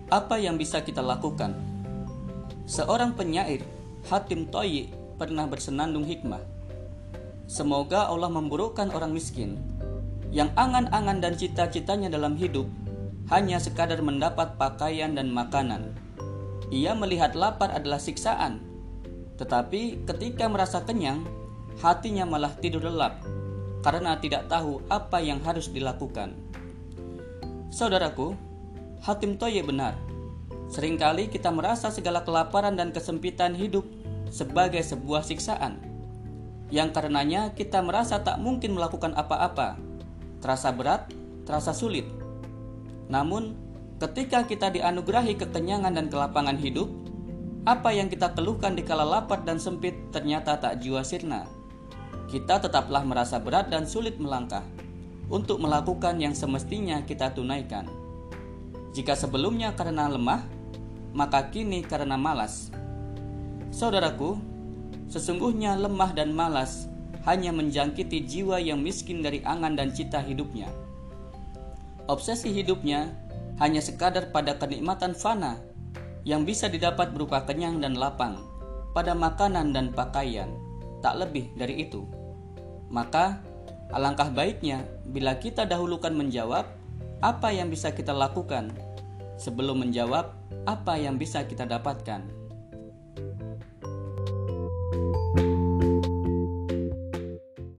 Apa yang bisa kita lakukan? Seorang penyair, Hatim Thoyyib, pernah bersenandung hikmah. Semoga Allah memburukkan orang miskin yang angan-angan dan cita-citanya dalam hidup hanya sekadar mendapat pakaian dan makanan. Ia melihat lapar adalah siksaan, tetapi ketika merasa kenyang, hatinya malah tidur lelap karena tidak tahu apa yang harus dilakukan. Saudaraku, Hatim Thoyyib benar. Seringkali kita merasa segala kelaparan dan kesempitan hidup sebagai sebuah siksaan, yang karenanya kita merasa tak mungkin melakukan apa-apa, terasa berat, terasa sulit. Namun, ketika kita dianugerahi kekenyangan dan kelapangan hidup, apa yang kita keluhkan di kala lapar dan sempit ternyata tak jua sirna. Kita tetaplah merasa berat dan sulit melangkah untuk melakukan yang semestinya kita tunaikan. Jika sebelumnya karena lemah, maka kini karena malas. Saudaraku, sesungguhnya lemah dan malas hanya menjangkiti jiwa yang miskin dari angan dan cita hidupnya. Obsesi hidupnya hanya sekadar pada kenikmatan fana yang bisa didapat berupa kenyang dan lapang pada makanan dan pakaian, tak lebih dari itu. Maka, alangkah baiknya bila kita dahulukan menjawab apa yang bisa kita lakukan sebelum menjawab apa yang bisa kita dapatkan.